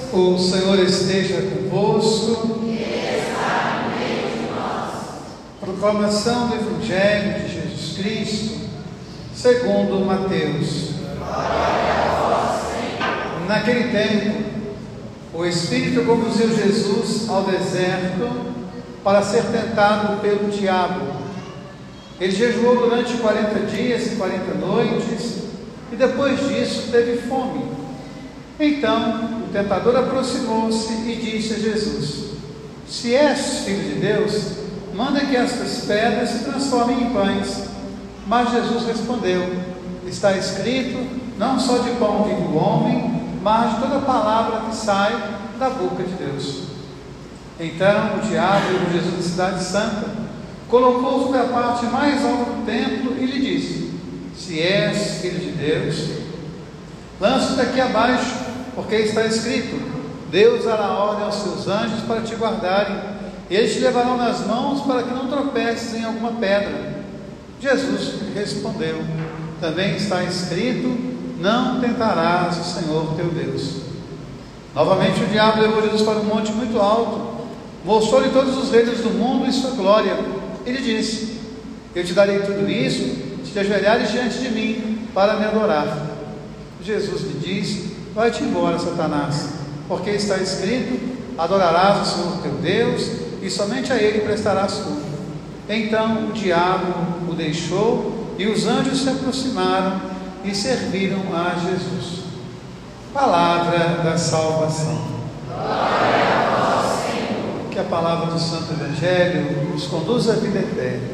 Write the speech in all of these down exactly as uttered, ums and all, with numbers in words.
O Senhor esteja convosco. Ele está no meio de nós. Proclamação do Evangelho de Jesus Cristo, segundo Mateus. Glória a vós, Senhor. Naquele tempo, o Espírito conduziu Jesus ao deserto para ser tentado pelo diabo. Ele jejuou durante quarenta dias e quarenta noites, e depois disso teve fome. Então o tentador aproximou-se e disse a Jesus: se és filho de Deus, manda que estas pedras se transformem em pães. Mas Jesus respondeu: está escrito, não só de pão vive o homem, mas de toda palavra que sai da boca de Deus. Então o diabo levou Jesus da cidade santa, colocou-o sobre a parte mais alta do templo e lhe disse: se és filho de Deus, lança-te daqui abaixo, porque está escrito, Deus dará ordem aos seus anjos para te guardarem, e eles te levarão nas mãos para que não tropeces em alguma pedra. Jesus respondeu: também está escrito, não tentarás o Senhor teu Deus. Novamente o diabo levou Jesus para um monte muito alto, mostrou-lhe todos os reinos do mundo e sua glória. Ele disse: eu te darei tudo isso, se te ajoelhares diante de mim para me adorar. Jesus lhe disse: vai-te embora, Satanás, porque está escrito, adorarás o Senhor teu Deus, e somente a Ele prestarás culto. Então o diabo o deixou, e os anjos se aproximaram e serviram a Jesus. Palavra da salvação. Glória a vós, Senhor. Que a palavra do Santo Evangelho nos conduza à vida eterna.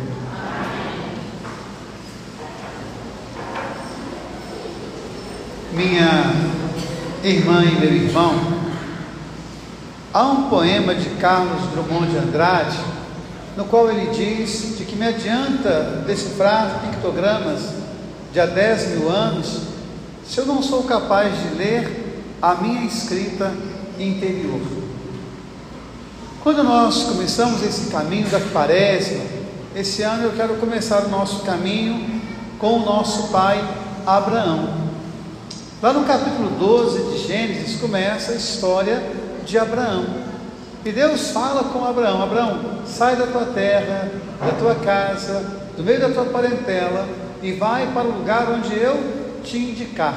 Minha irmã e meu irmão, há um poema de Carlos Drummond de Andrade, no qual ele diz de que me adianta decifrar pictogramas de há dez mil anos, se eu não sou capaz de ler a minha escrita interior. Quando nós começamos esse caminho da Quaresma, esse ano eu quero começar o nosso caminho com o nosso pai Abraão. Lá no capítulo doze de Gênesis começa a história de Abraão. E Deus fala com Abraão: Abraão, sai da tua terra, da tua casa, do meio da tua parentela, e vai para o lugar onde eu te indicar.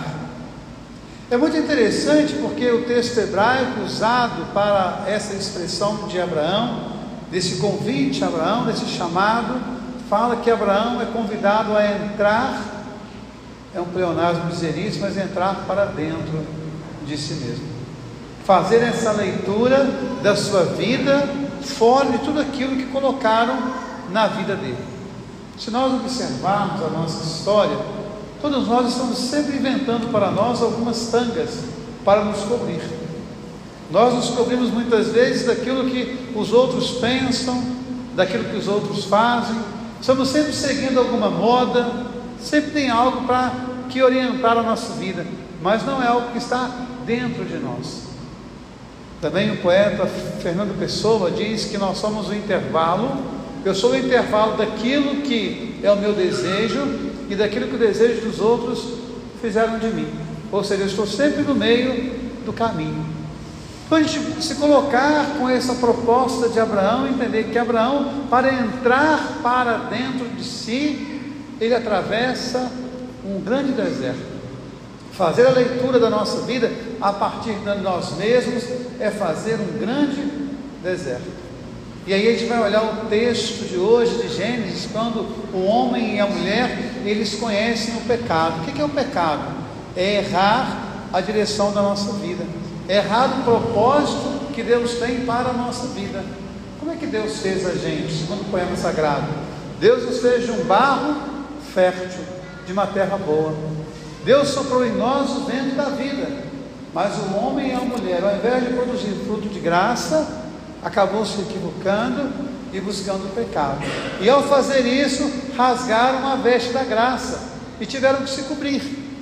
É muito interessante porque o texto hebraico usado para essa expressão de Abraão, desse convite a Abraão, desse chamado, fala que Abraão é convidado a entrar, é um pleonasmo dizer isso, mas entrar para dentro de si mesmo, fazer essa leitura da sua vida fora de tudo aquilo que colocaram na vida dele. Se nós observarmos a nossa história, todos nós estamos sempre inventando para nós algumas tangas para nos cobrir. Nós nos cobrimos muitas vezes daquilo que os outros pensam, daquilo que os outros fazem. Estamos sempre seguindo alguma moda, sempre tem algo para que orientar a nossa vida, mas não é algo que está dentro de nós. Também o poeta Fernando Pessoa diz que nós somos o intervalo. Eu sou o intervalo daquilo que é o meu desejo e daquilo que o desejo dos outros fizeram de mim. Ou seja, eu estou sempre no meio do caminho. Então a gente se colocar com essa proposta de Abraão, entender que Abraão, para entrar para dentro de si, ele atravessa um grande deserto. Fazer a leitura da nossa vida a partir de nós mesmos é fazer um grande deserto. E aí a gente vai olhar o texto de hoje de Gênesis, quando o homem e a mulher, eles conhecem o pecado. O que é o pecado? É errar a direção da nossa vida, é errar o propósito que Deus tem para a nossa vida. Como é que Deus fez a gente? Segundo o poema sagrado, Deus nos fez de um barro fértil, de uma terra boa. Deus soprou em nós o vento da vida, mas o homem e a mulher, ao invés de produzir fruto de graça, acabou se equivocando e buscando o pecado, e ao fazer isso, rasgaram a veste da graça e tiveram que se cobrir.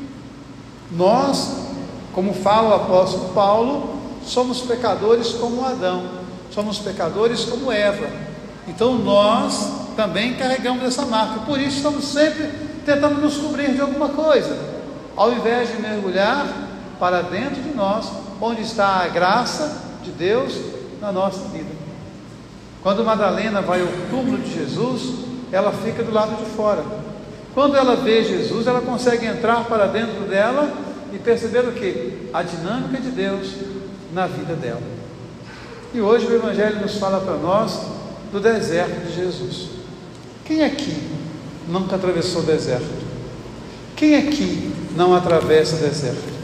Nós, como fala o apóstolo Paulo, somos pecadores como Adão, somos pecadores como Eva. Então nós também carregamos essa marca, por isso estamos sempre tentando nos cobrir de alguma coisa, ao invés de mergulhar para dentro de nós onde está a graça de Deus na nossa vida. Quando Madalena vai ao túmulo de Jesus, ela fica do lado de fora. Quando ela vê Jesus, ela consegue entrar para dentro dela e perceber o que? A dinâmica de Deus na vida dela. E hoje o Evangelho nos fala para nós do deserto de Jesus. Quem aqui nunca atravessou o deserto? Quem aqui não atravessa o deserto?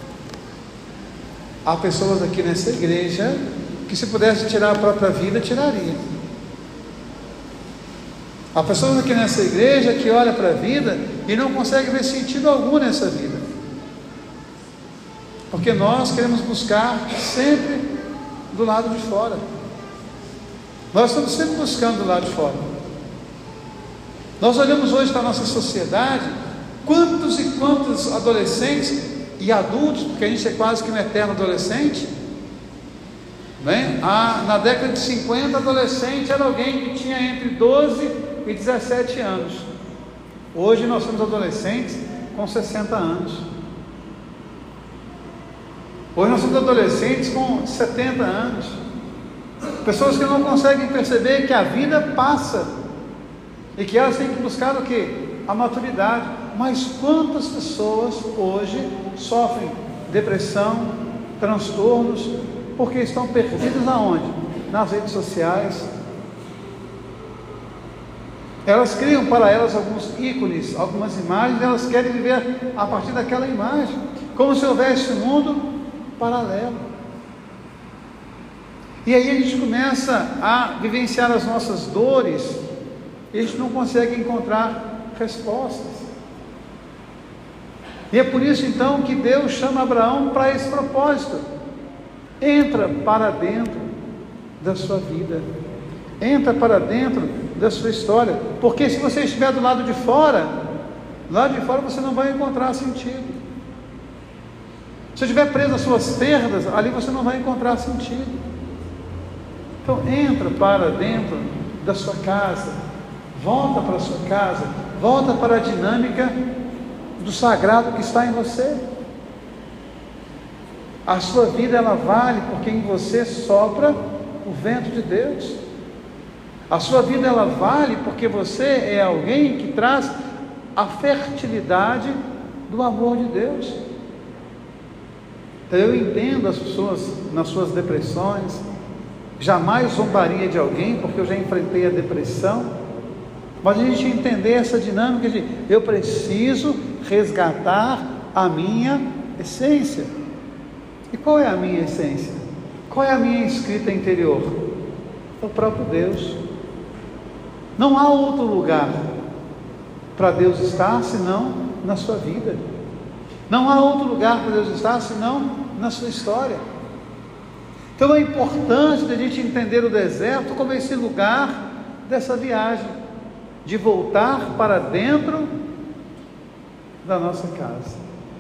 Há pessoas aqui nessa igreja que, se pudesse tirar a própria vida, tiraria. Há pessoas aqui nessa igreja que olha para a vida e não consegue ver sentido algum nessa vida, porque nós queremos buscar sempre do lado de fora. Nós estamos sempre buscando do lado de fora. Nós olhamos hoje para a nossa sociedade, quantos e quantos adolescentes e adultos, porque a gente é quase que um eterno adolescente, né? Ah, na década de cinquenta, adolescente era alguém que tinha entre doze e dezessete anos. Hoje nós somos adolescentes com sessenta anos. Hoje nós somos adolescentes com setenta anos. Pessoas que não conseguem perceber que a vida passa e que elas têm que buscar o quê? A maturidade. Mas quantas pessoas hoje sofrem depressão, transtornos, porque estão perdidas aonde? Nas redes sociais. Elas criam para elas alguns ícones, algumas imagens, e elas querem viver a partir daquela imagem, como se houvesse um mundo paralelo. E aí a gente começa a vivenciar as nossas dores e a gente não consegue encontrar respostas. E é por isso então que Deus chama Abraão para esse propósito. Entra para dentro da sua vida, entra para dentro da sua história, porque se você estiver do lado de fora, do lado de fora você não vai encontrar sentido. Se estiver preso às suas perdas, ali você não vai encontrar sentido. Então entra para dentro da sua casa, volta para a sua casa, volta para a dinâmica do sagrado que está em você. A sua vida ela vale porque em você sopra o vento de Deus. A sua vida ela vale porque você é alguém que traz a fertilidade do amor de Deus. Então eu entendo as pessoas nas suas depressões, jamais zombaria de alguém porque eu já enfrentei a depressão, mas a gente entender essa dinâmica de eu preciso resgatar a minha essência. E qual é a minha essência? Qual é a minha escrita interior? É o próprio Deus. Não há outro lugar para Deus estar senão na sua vida. Não há outro lugar para Deus estar senão na sua história. Então é importante a gente entender o deserto como esse lugar dessa viagem, de voltar para dentro da nossa casa.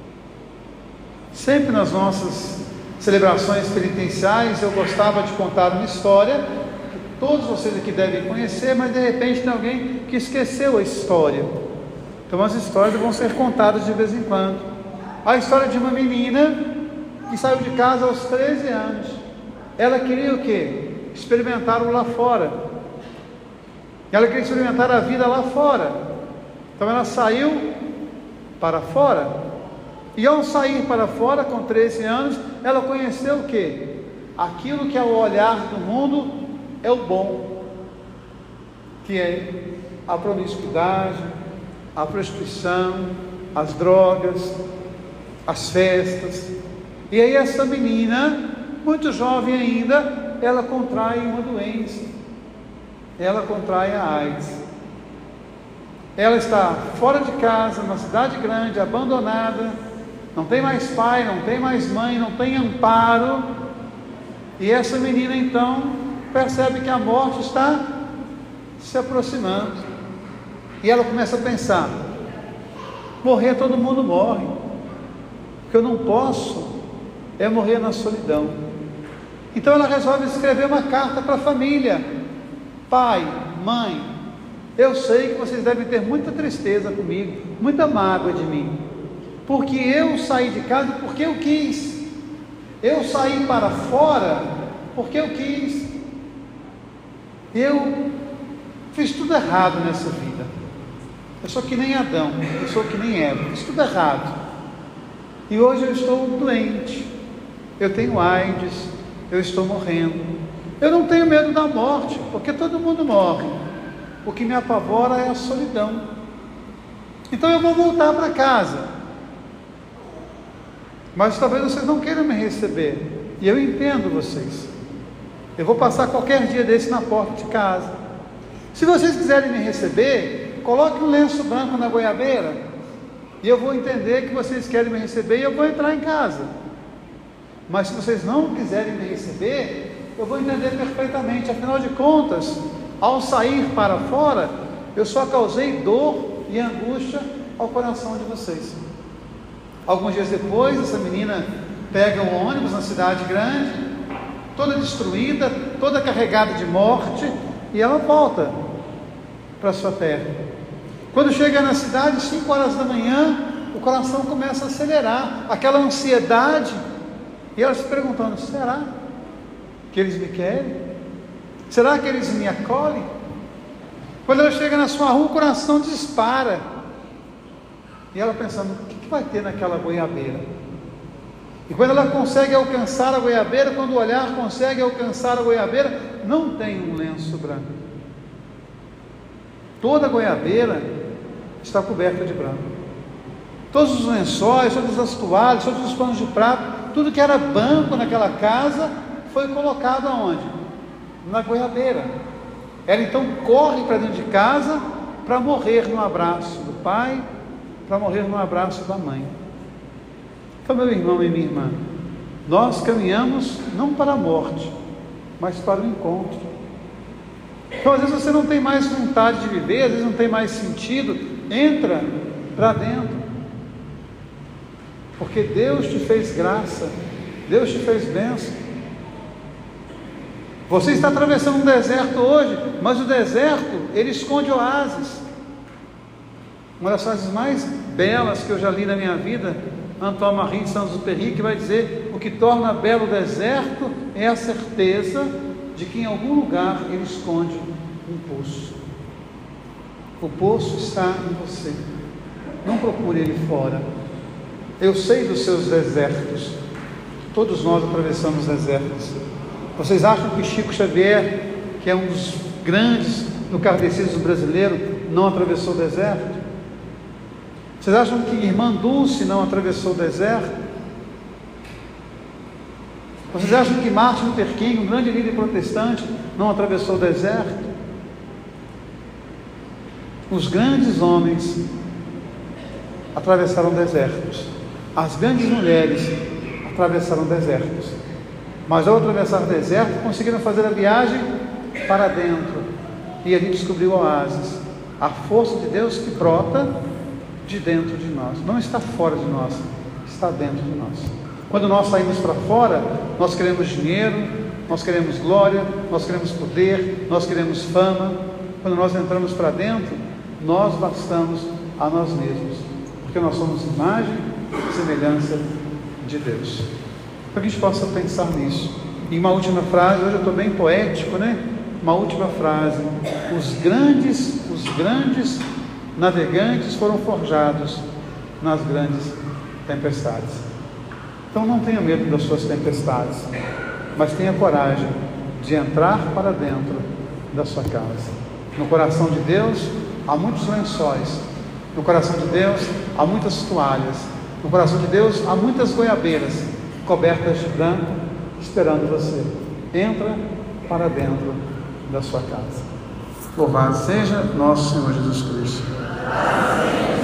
Sempre nas nossas celebrações penitenciais eu gostava de contar uma história que todos vocês aqui devem conhecer, mas de repente tem alguém que esqueceu a história. Então as histórias vão ser contadas de vez em quando. A história de uma menina que saiu de casa aos treze anos. Ela queria o quê? Experimentar o lá fora. Ela queria experimentar a vida lá fora. Então ela saiu para fora. E ao sair para fora com treze anos, ela conheceu o quê? Aquilo que ao olhar do mundo é o bom, que é a promiscuidade, a prostituição, as drogas, as festas. E aí essa menina, muito jovem ainda, ela contrai uma doença, ela contrai a AIDS. Ela está fora de casa, numa cidade grande, abandonada, não tem mais pai, não tem mais mãe, não tem amparo. E essa menina então percebe que a morte está se aproximando. E ela começa a pensar: morrer todo mundo morre, o que eu não posso é morrer na solidão. Então ela resolve escrever uma carta para a família: pai, mãe, eu sei que vocês devem ter muita tristeza comigo, muita mágoa de mim, porque eu saí de casa porque eu quis, Eu saí para fora porque eu quis. Eu fiz tudo errado nessa vida. Eu sou que nem Adão, eu sou que nem Eva, fiz tudo errado. E hoje eu estou doente, eu tenho AIDS, eu estou morrendo. Eu não tenho medo da morte, porque todo mundo morre. O que me apavora é a solidão. Então eu vou voltar para casa. Mas talvez vocês não queiram me receber. E eu entendo vocês. Eu vou passar qualquer dia desse na porta de casa. Se vocês quiserem me receber, coloque um lenço branco na goiabeira, e eu vou entender que vocês querem me receber e eu vou entrar em casa. Mas se vocês não quiserem me receber, eu vou entender perfeitamente. Afinal de contas, ao sair para fora, eu só causei dor e angústia ao coração de vocês. Alguns dias depois, essa menina pega um ônibus na cidade grande, toda destruída, toda carregada de morte, e ela volta para sua terra. Quando chega na cidade, cinco horas da manhã, o coração começa a acelerar, aquela ansiedade, e ela se perguntando: será que eles me querem? Será que eles me acolhem? Quando ela chega na sua rua, o coração dispara, e ela pensando: o que, que vai ter naquela goiabeira? E quando ela consegue alcançar a goiabeira, quando o olhar consegue alcançar a goiabeira, não tem um lenço branco. Toda a goiabeira está coberta de branco. Todos os lençóis, todas as toalhas, todos os panos de prato, tudo que era banco naquela casa, foi colocado aonde? Na goiabeira. Ela então corre para dentro de casa para morrer no abraço do pai, para morrer no abraço da mãe. Então, meu irmão e minha irmã, nós caminhamos não para a morte, mas para o encontro. Então, às vezes você não tem mais vontade de viver, às vezes não tem mais sentido, entra para dentro, porque Deus te fez graça, Deus te fez bênção. Você está atravessando um deserto hoje, mas o deserto, ele esconde oásis. Uma das frases mais belas que eu já li na minha vida, Antoine Marie de Saint-Exupéry, que vai dizer: o que torna belo o deserto é a certeza de que em algum lugar ele esconde um poço. O poço está em você, não procure ele fora. Eu sei dos seus desertos, todos nós atravessamos desertos. Vocês acham que Chico Xavier, que é um dos grandes do kardecismo brasileiro, não atravessou o deserto? Vocês acham que Irmã Dulce não atravessou o deserto? Vocês acham que Martin Luther King, um grande líder protestante, não atravessou o deserto? Os grandes homens atravessaram desertos, as grandes mulheres atravessaram desertos, mas ao atravessar o deserto conseguiram fazer a viagem para dentro, e ali descobriu oásis, a força de Deus que brota de dentro de nós, não está fora de nós, está dentro de nós. Quando nós saímos para fora, nós queremos dinheiro, nós queremos glória, nós queremos poder, nós queremos fama. Quando nós entramos para dentro, nós bastamos a nós mesmos, porque nós somos imagem e semelhança de Deus. Para que a gente possa pensar nisso. E uma última frase, hoje eu estou bem poético, né? Uma última frase: os grandes, os grandes navegantes foram forjados nas grandes tempestades. Então não tenha medo das suas tempestades, mas tenha coragem de entrar para dentro da sua casa. No coração de Deus há muitos lençóis, no coração de Deus há muitas toalhas, no coração de Deus há muitas goiabeiras cobertas de branco, esperando você. Entra para dentro da sua casa. Louvado seja nosso Senhor Jesus Cristo.